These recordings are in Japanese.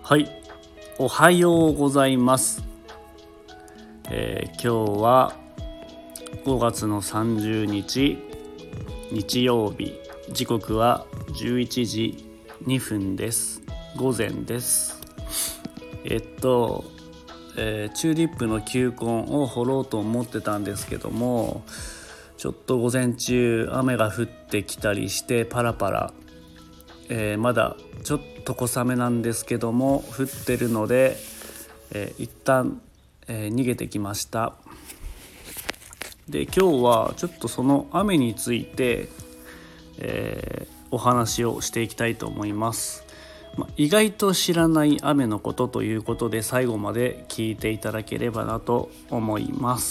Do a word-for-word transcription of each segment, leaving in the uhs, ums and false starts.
はい、おはようございます。えー、今日はごがつのさんじゅうにち日曜日、時刻はじゅういちじにふんです。午前です。えっと、えー、チューリップの球根を掘ろうと思ってたんですけども、ちょっと午前中雨が降ってきたりしてパラパラ、えー、まだちょっと小雨なんですけども降ってるので、えー、一旦、えー、逃げてきました。で、今日はちょっとその雨について、えー、お話をしていきたいと思います。まあ、意外と知らない雨のことということで最後まで聞いていただければなと思います。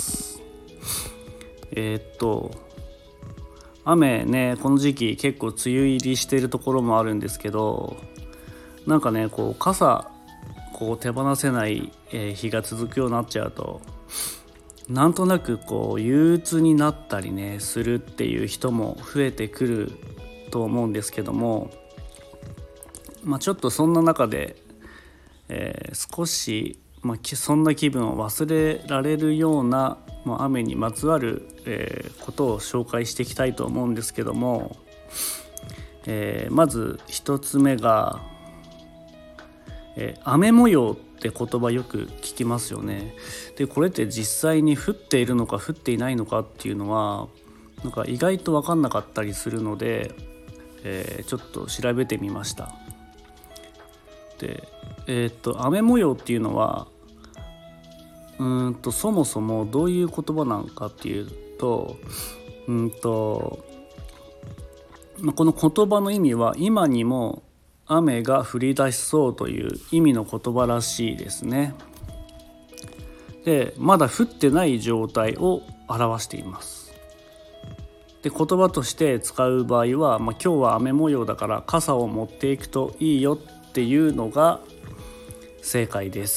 えー、っと雨ね、この時期結構梅雨入りしているところもあるんですけど、なんかね、こう傘こう手放せない日が続くようになっちゃうと、なんとなくこう憂鬱になったりねするっていう人も増えてくると思うんですけども、まあ、ちょっとそんな中で、えー、少し、まあ、そんな気分を忘れられるような、まあ、雨にまつわる、えー、ことを紹介していきたいと思うんですけども、えー、まず一つ目が、えー、雨模様って言葉よく聞きますよね。で、これって実際に降っているのか降っていないのかっていうのはなんか意外と分かんなかったりするので、えー、ちょっと調べてみました。で、えー、っと雨模様っていうのはうーんとそもそもどういう言葉なのかっていうと、うんと、まあ、この言葉の意味は今にも雨が降り出しそうという意味の言葉らしいですね。で、まだ降ってない状態を表しています。で、言葉として使う場合は、まあ、今日は雨模様だから傘を持っていくといいよっていうのが正解です。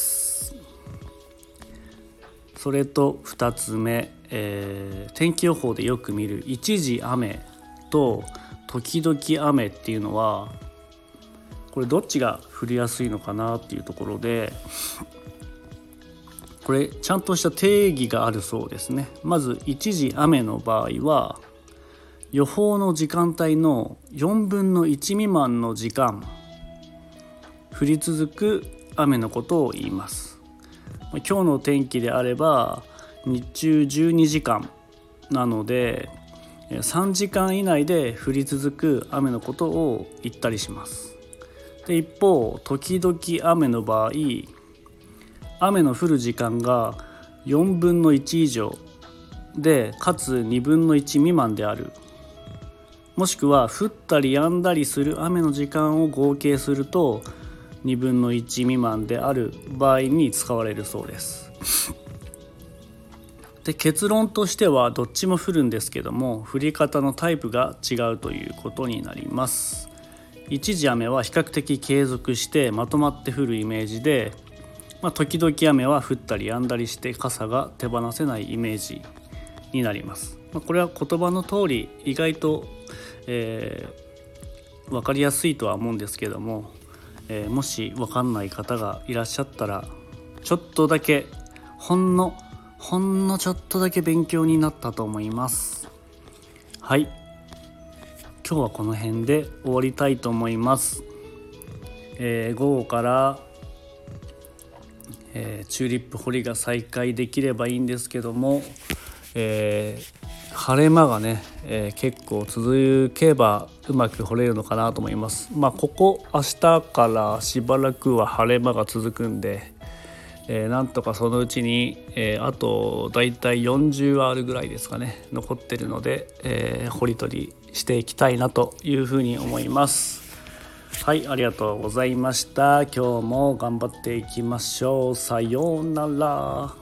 それとふたつめ、えー、天気予報でよく見る一時雨と時々雨っていうのは、これどっちが降りやすいのかなっていうところで、これちゃんとした定義があるそうですね。まず一時雨の場合は予報の時間帯のよんぶんのいち未満の時間降り続く雨のことを言います。今日の天気であれば日中じゅうにじかんなのでさんじかん以内で降り続く雨のことを言ったりします。で、一方時々雨の場合、雨の降る時間がよんぶんのいち以上でかつにぶんのいち未満である、もしくは降ったり止んだりする雨の時間を合計するとにぶんのいち未満である場合に使われるそうです。で、結論としてはどっちも降るんですけども、降り方のタイプが違うということになります。一時雨は比較的継続してまとまって降るイメージで、まあ、時々雨は降ったり止んだりして傘が手放せないイメージになります。まあ、これは言葉の通り意外と、えー、分かりやすいとは思うんですけども、えー、もし分かんない方がいらっしゃったら、ちょっとだけほんのほんのちょっとだけ勉強になったと思います。はい、今日はこの辺で終わりたいと思います。えー、午後からえー、チューリップ掘りが再開できればいいんですけども、えー、晴れ間がね、えー、結構続けばうまく掘れるのかなと思います。まあここ明日からしばらくは晴れ間が続くんで、えー、なんとかそのうちに、えー、あとだいたいよんじゅうアールぐらいですかね残ってるので、えー、掘り取りしていきたいなというふうに思います。はい、ありがとうございました。今日も頑張っていきましょう。さようなら。